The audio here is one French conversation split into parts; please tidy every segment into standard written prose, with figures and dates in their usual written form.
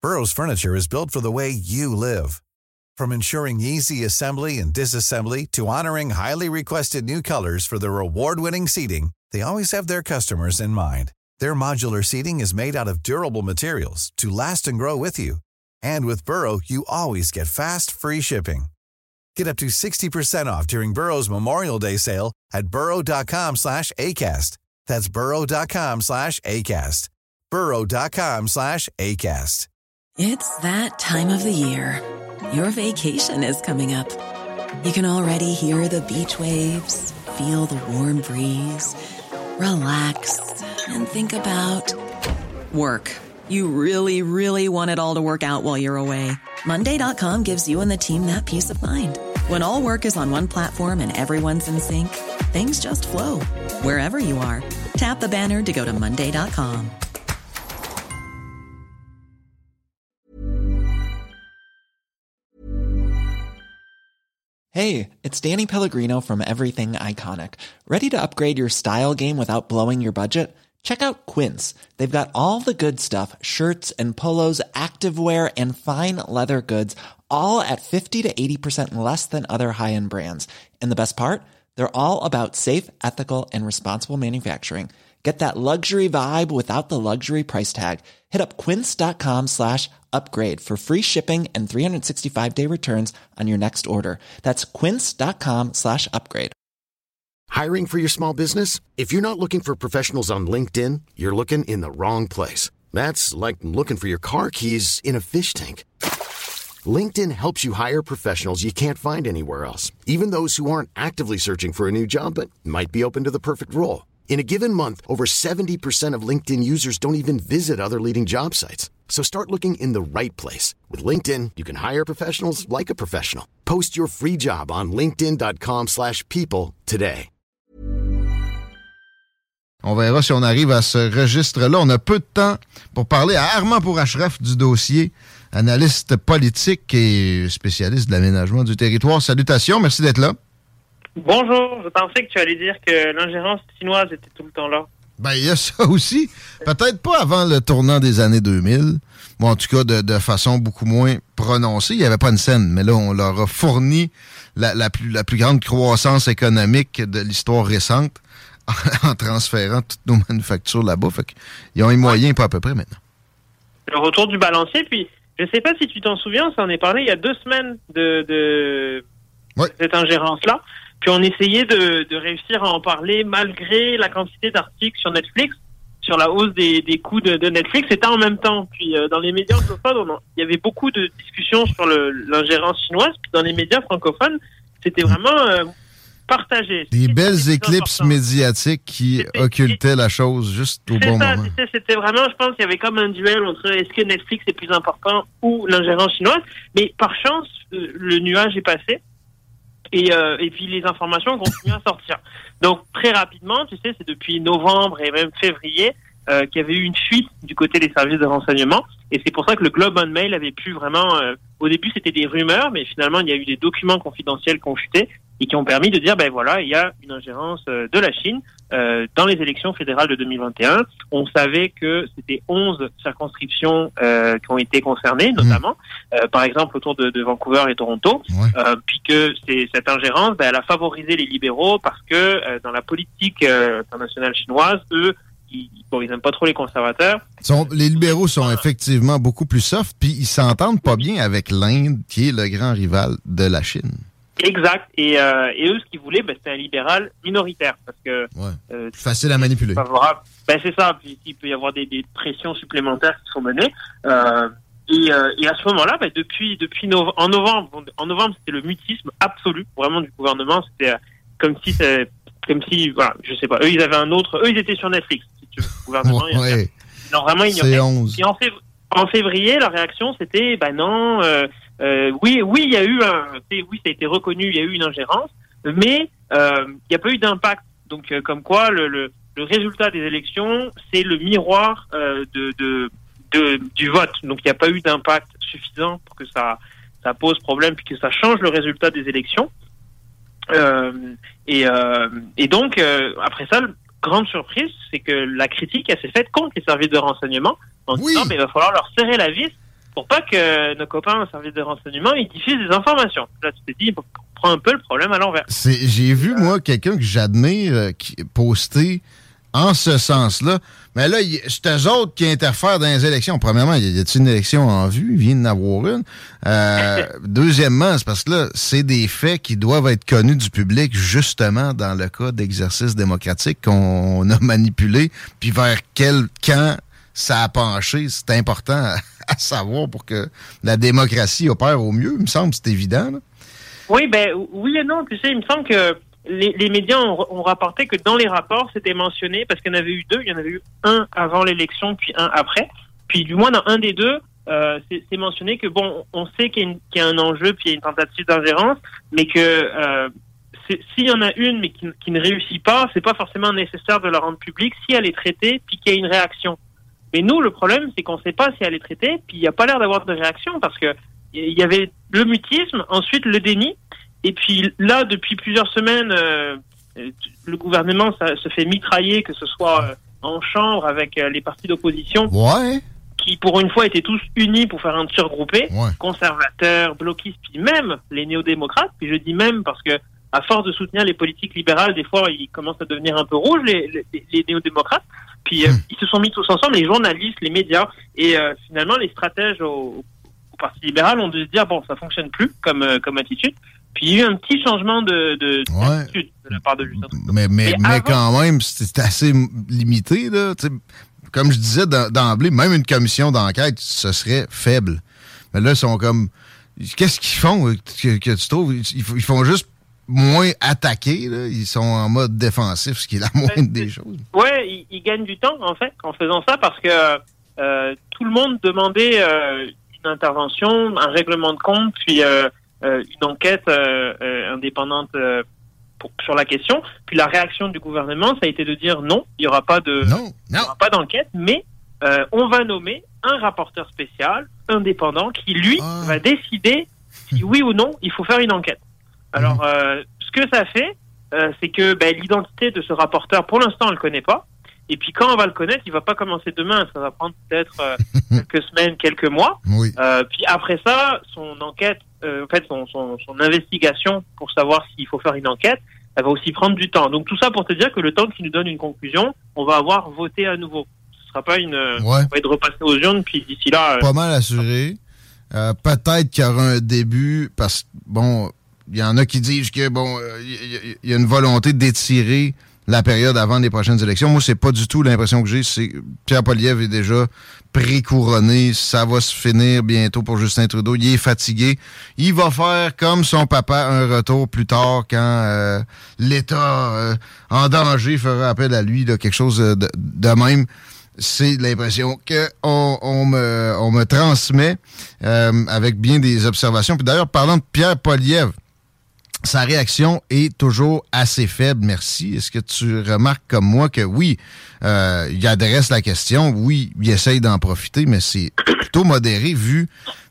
Burrow's furniture is built for the way you live. From ensuring easy assembly and disassembly to honoring highly requested new colors for their award-winning seating, they always have their customers in mind. Their modular seating is made out of durable materials to last and grow with you. And with Burrow, you always get fast, free shipping. Get up to 60% off during Burrow's Memorial Day sale at burrow.com/ACAST. That's burrow.com/ACAST. burrow.com/ACAST. It's that time of the year. Your vacation is coming up. You can already hear the beach waves, feel the warm breeze, relax, and think about work. You really, really want it all to work out while you're away. Monday.com gives you and the team that peace of mind. When all work is on one platform and everyone's in sync, things just flow. Wherever you are, tap the banner to go to Monday.com. Hey, it's Danny Pellegrino from Everything Iconic. Ready to upgrade your style game without blowing your budget? Check out Quince. They've got all the good stuff, shirts and polos, activewear, and fine leather goods, all at 50 to 80% less than other high-end brands. And the best part? They're all about safe, ethical, and responsible manufacturing. Get that luxury vibe without the luxury price tag. Hit up quince.com/upgrade for free shipping and 365-day returns on your next order. That's quince.com/upgrade. Hiring for your small business? If you're not looking for professionals on LinkedIn, you're looking in the wrong place. That's like looking for your car keys in a fish tank. LinkedIn helps you hire professionals you can't find anywhere else, even those who aren't actively searching for a new job but might be open to the perfect role. In a given month, over 70% of LinkedIn users don't even visit other leading job sites. So start looking in the right place. With LinkedIn, you can hire professionals like a professional. Post your free job on linkedin.com/people today. On verra si on arrive à ce registre-là. On a peu de temps pour parler à Armand Pourachref du dossier, analyste politique et spécialiste de l'aménagement du territoire. Salutations, merci d'être là. Bonjour, je pensais que tu allais dire que l'ingérence chinoise était tout le temps là. Ben, il y a ça aussi. Peut-être pas avant le tournant des années 2000. Bon, en tout cas, de façon beaucoup moins prononcée. Il n'y avait pas une scène, mais là, on leur a fourni la plus grande croissance économique de l'histoire récente en transférant toutes nos manufactures là-bas. Fait qu'ils ont les moyens, pas à peu près maintenant. Le retour du balancier, puis je sais pas si tu t'en souviens, ça en est parlé il y a 2 semaines de cette ingérence-là. Puis on essayait de réussir à en parler malgré la quantité d'articles sur Netflix, sur la hausse des coûts de Netflix. C'était en même temps. Puis dans les médias anglophones, il y avait beaucoup de discussions sur l'ingérence chinoise. Puis dans les médias francophones, c'était vraiment partagé. Des belles éclipses médiatiques qui occultaient la chose juste au bon moment. C'était vraiment, je pense qu'il y avait comme un duel entre est-ce que Netflix est plus important ou l'ingérence chinoise. Mais par chance, le nuage est passé. Et puis les informations continuent à sortir. Donc très rapidement, tu sais, c'est depuis novembre et même février qu'il y avait eu une fuite du côté des services de renseignement. Et c'est pour ça que le Globe and Mail avait pu vraiment... au début, c'était des rumeurs, mais finalement, il y a eu des documents confidentiels qui ont chuté et qui ont permis de dire, ben voilà, il y a une ingérence de la Chine dans les élections fédérales de 2021. On savait que c'était 11 circonscriptions qui ont été concernées, notamment, par exemple, autour de Vancouver et Toronto. Puis que cette ingérence, ben, elle a favorisé les libéraux parce que dans la politique internationale chinoise, eux, ils n'aiment pas trop les conservateurs. Les libéraux sont effectivement beaucoup plus soft, puis ils s'entendent pas bien avec l'Inde, qui est le grand rival de la Chine. Exact. Et eux, ce qu'ils voulaient, c'était un libéral minoritaire, parce que facile à manipuler. Favorable. C'est ça. Puis il peut y avoir des pressions supplémentaires qui sont menées. Et à ce moment-là, depuis en novembre, c'était le mutisme absolu, vraiment du gouvernement. C'était comme si voilà, je sais pas. Eux, ils avaient ils étaient sur Netflix. Le gouvernement, ils ont vraiment ignoré. Et en février, la réaction, c'était, non, oui, il y a eu ça a été reconnu, il y a eu une ingérence, mais il n'y a pas eu d'impact. Donc, comme quoi, le résultat des élections, c'est le miroir du vote. Donc, il n'y a pas eu d'impact suffisant pour que ça pose problème, puis que ça change le résultat des élections. Et donc, après ça, grande surprise, c'est que la critique, elle s'est faite contre les services de renseignement en disant, il va falloir leur serrer la vis pour pas que nos copains au service de renseignement ils diffusent des informations. Là, tu t'es dit, on prend un peu le problème à l'envers. J'ai vu, moi, quelqu'un que j'admire qui poster en ce sens-là. Mais là, c'est eux autres qui interfèrent dans les élections. Premièrement, y a-t-il une élection en vue? Il vient d'en avoir une. Deuxièmement, c'est parce que là, c'est des faits qui doivent être connus du public, justement, dans le cas d'exercice démocratique qu'on a manipulé, puis vers quel camp ça a penché. C'est important à savoir pour que la démocratie opère au mieux. Il me semble que c'est évident, là. Oui, oui et non. Tu sais, il me semble que les médias ont rapporté que dans les rapports, c'était mentionné, parce qu'il y en avait eu deux. Il y en avait eu un avant l'élection, puis un après. Puis du moins, dans un des deux, c'est mentionné que, bon, on sait qu'il y a un enjeu, puis il y a une tentative d'ingérence, mais que s'il y en a une, mais qui ne réussit pas, c'est pas forcément nécessaire de la rendre publique si elle est traitée, puis qu'il y a une réaction. Mais nous, le problème, c'est qu'on ne sait pas si elle est traitée, puis il n'y a pas l'air d'avoir de réaction, parce que il y avait le mutisme, ensuite le déni, et puis là, depuis plusieurs semaines, le gouvernement se fait mitrailler, que ce soit en chambre avec les partis d'opposition, qui pour une fois étaient tous unis pour faire un tir groupé, conservateurs, bloquistes, puis même les néo-démocrates. Puis je dis même parce que à force de soutenir les politiques libérales, des fois ils commencent à devenir un peu rouges, les néo-démocrates. Puis ils se sont mis tous ensemble, les journalistes, les médias, et finalement les stratèges au Parti libéral ont dû se dire, bon, ça fonctionne plus comme attitude. Puis il y a eu un petit changement d'attitude de la part de Justin Trudeau. Mais quand même, c'est assez limité, là. T'sais, comme je disais d'emblée, même une commission d'enquête, ce serait faible. Mais là, ils sont comme... Qu'est-ce qu'ils font que tu trouves? Ils font juste moins attaquer, là. Ils sont en mode défensif, ce qui est la moindre des choses. Ouais, ils gagnent du temps, en fait, en faisant ça, parce que tout le monde demandait une intervention, un règlement de compte, puis une enquête indépendante sur la question. Puis la réaction du gouvernement, ça a été de dire non, il n'y aura pas d'enquête, mais on va nommer un rapporteur spécial, indépendant, qui, lui, va décider si oui ou non, il faut faire une enquête. Alors, ce que ça fait, c'est que l'identité de ce rapporteur, pour l'instant, on ne le connaît pas. Et puis quand on va le connaître, il va pas commencer demain. Ça va prendre peut-être quelques semaines, quelques mois. Oui. Puis après ça, son enquête, son investigation pour savoir s'il faut faire une enquête, elle va aussi prendre du temps. Donc tout ça pour te dire que le temps qu'il nous donne une conclusion, on va avoir voté à nouveau. Ce sera pas on va être repassé aux urnes, puis d'ici là... Pas mal assuré. Peut-être qu'il y aura un début, parce que, bon, il y en a qui disent que, bon, il y a une volonté d'étirer la période avant les prochaines élections. Moi, c'est pas du tout l'impression que j'ai. C'est Pierre Poilievre est déjà pré-couronné. Ça va se finir bientôt pour Justin Trudeau. Il est fatigué. Il va faire comme son papa un retour plus tard quand l'État en danger fera appel à lui, là, quelque chose de même. C'est l'impression qu'on me transmet avec bien des observations. Puis d'ailleurs, parlant de Pierre Poilievre, sa réaction est toujours assez faible, merci. Est-ce que tu remarques comme moi que oui, il adresse la question, oui, il essaye d'en profiter, mais c'est plutôt modéré vu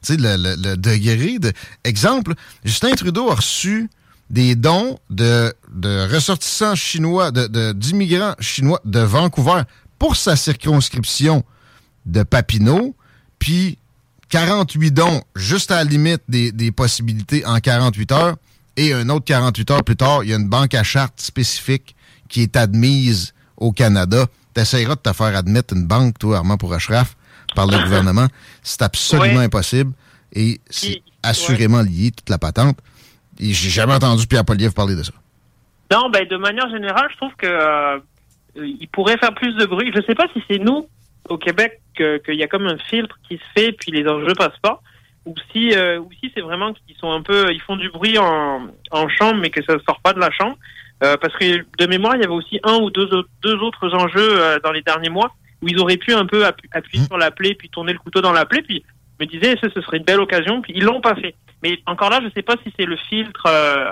le degré de... Exemple, Justin Trudeau a reçu des dons de ressortissants chinois, d'immigrants chinois de Vancouver pour sa circonscription de Papineau, puis 48 dons juste à la limite des possibilités en 48 heures. Et un autre 48 heures plus tard, il y a une banque à charte spécifique qui est admise au Canada. Tu essaieras de te faire admettre une banque, toi, Armand Pourachraf, par le gouvernement. C'est absolument impossible. Et c'est assurément lié, toute la patente. Et j'ai jamais entendu Pierre Poilievre parler de ça. Non, de manière générale, je trouve que il pourrait faire plus de bruit. Je sais pas si c'est nous, au Québec, qu'il y a comme un filtre qui se fait, puis les enjeux passent pas. Ou si c'est vraiment qu'ils sont un peu, ils font du bruit en chambre, mais que ça ne sort pas de la chambre. Parce que de mémoire, il y avait aussi un ou deux autres enjeux dans les derniers mois où ils auraient pu un peu appuyer sur la plaie, puis tourner le couteau dans la plaie, puis je me disais ce serait une belle occasion, puis ils l'ont pas fait. Mais encore là, je sais pas si c'est le filtre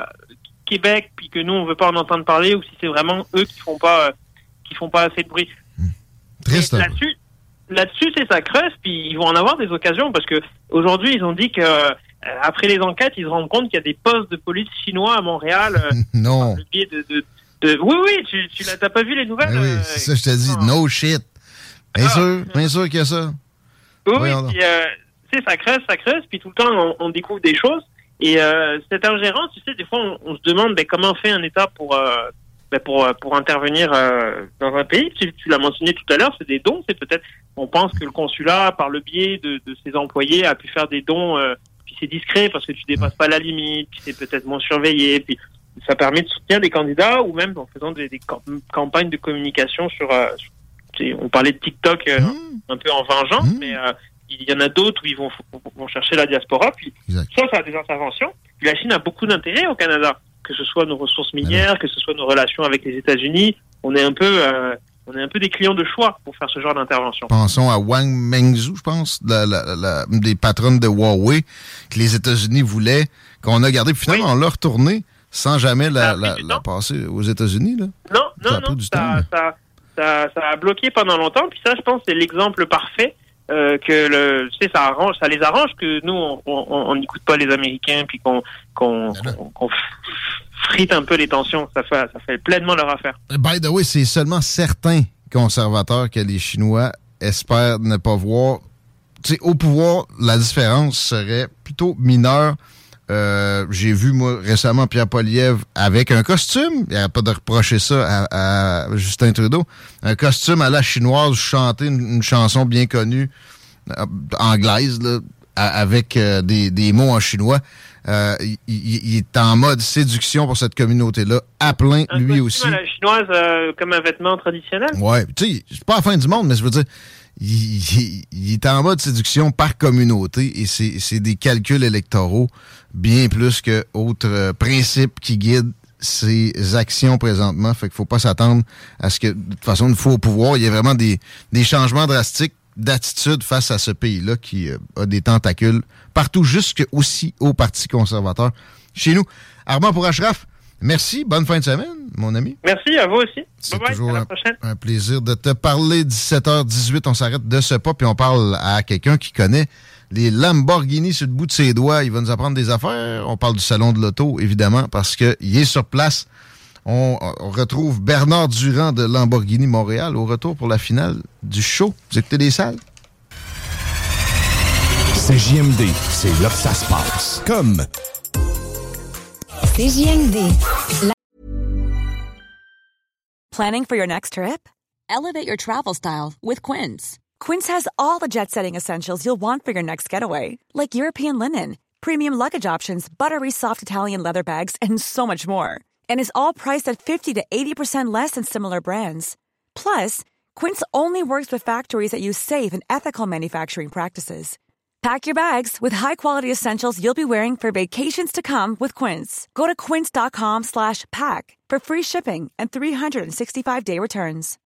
Québec, puis que nous on veut pas en entendre parler, ou si c'est vraiment eux qui font pas assez de bruit. Triste. Là-dessus, c'est ça creuse, puis ils vont en avoir des occasions, parce que aujourd'hui, ils ont dit que après les enquêtes, ils se rendent compte qu'il y a des postes de police chinois à Montréal. Non. Par le biais de... Oui, t'as pas vu les nouvelles? Oui, c'est ça, je te dis, no shit. Bien sûr qu'il y a ça. Oui, puis ça creuse, puis tout le temps, on découvre des choses. Et cette ingérence, tu sais, des fois, on se demande comment fait un État pour intervenir dans un pays. Tu l'as mentionné tout à l'heure, c'est des dons. C'est peut-être, on pense que le consulat, par le biais de ses employés, a pu faire des dons, puis c'est discret parce que tu dépasses pas la limite, puis c'est peut-être moins surveillé, puis ça permet de soutenir des candidats ou même en faisant des campagnes de communication on parlait de TikTok un peu en vengeance, mais il y en a d'autres où ils vont chercher la diaspora, puis ça a des interventions. Puis la Chine a beaucoup d'intérêt au Canada, que ce soit nos ressources minières, que ce soit nos relations avec les États-Unis. On est un peu des clients de choix pour faire ce genre d'intervention. Pensons à Wang Mengzhu, je pense, des patronnes de Huawei, que les États-Unis voulaient, qu'on a gardé, puis finalement on l'a retourné sans jamais la passer aux États-Unis. Là. Non, ça a bloqué pendant longtemps, puis ça, je pense, c'est l'exemple parfait que ça les arrange que nous on n'écoute pas les Américains, puis qu'on frite un peu les tensions. Ça fait pleinement leur affaire. By the way, c'est seulement certains conservateurs que les Chinois espèrent ne pas voir. Tu sais, au pouvoir, la différence serait plutôt mineure. J'ai vu, moi, récemment, Pierre Poilievre avec un costume. Il n'y a pas de reprocher ça à Justin Trudeau. Un costume à la chinoise, chanter une chanson bien connue, anglaise, là, avec des mots en chinois. Il est en mode séduction pour cette communauté-là, à plein, lui aussi. À la chinoise, comme un vêtement traditionnel? Ouais, tu sais, c'est pas la fin du monde, mais je veux dire, il est en mode séduction par communauté et c'est des calculs électoraux bien plus que autres principes qui guident ses actions présentement. Fait qu'il faut pas s'attendre à ce que, de toute façon, une fois au pouvoir, il y ait vraiment des changements drastiques d'attitude face à ce pays-là qui a des tentacules partout, jusque aussi au Parti conservateur chez nous. Armand pour Ashraf, merci. Bonne fin de semaine, mon ami. Merci, à vous aussi. C'est bye toujours à la prochaine. Un plaisir de te parler. 17h18, on s'arrête de ce pas, puis on parle à quelqu'un qui connaît les Lamborghini sur le bout de ses doigts. Il va nous apprendre des affaires. On parle du salon de l'auto, évidemment, parce qu'il est sur place. On retrouve Bernard Durand de Lamborghini Montréal au retour pour la finale du show. Vous écoutez des salles? C'est JMD, c'est là que ça se passe. Comme CJMD. Planning for your next trip? Elevate your travel style with Quince. Quince has all the jet-setting essentials you'll want for your next getaway, like European linen, premium luggage options, buttery soft Italian leather bags, and so much more. And is all priced at 50 to 80% less than similar brands. Plus, Quince only works with factories that use safe and ethical manufacturing practices. Pack your bags with high-quality essentials you'll be wearing for vacations to come with Quince. Go to quince.com/pack for free shipping and 365-day returns.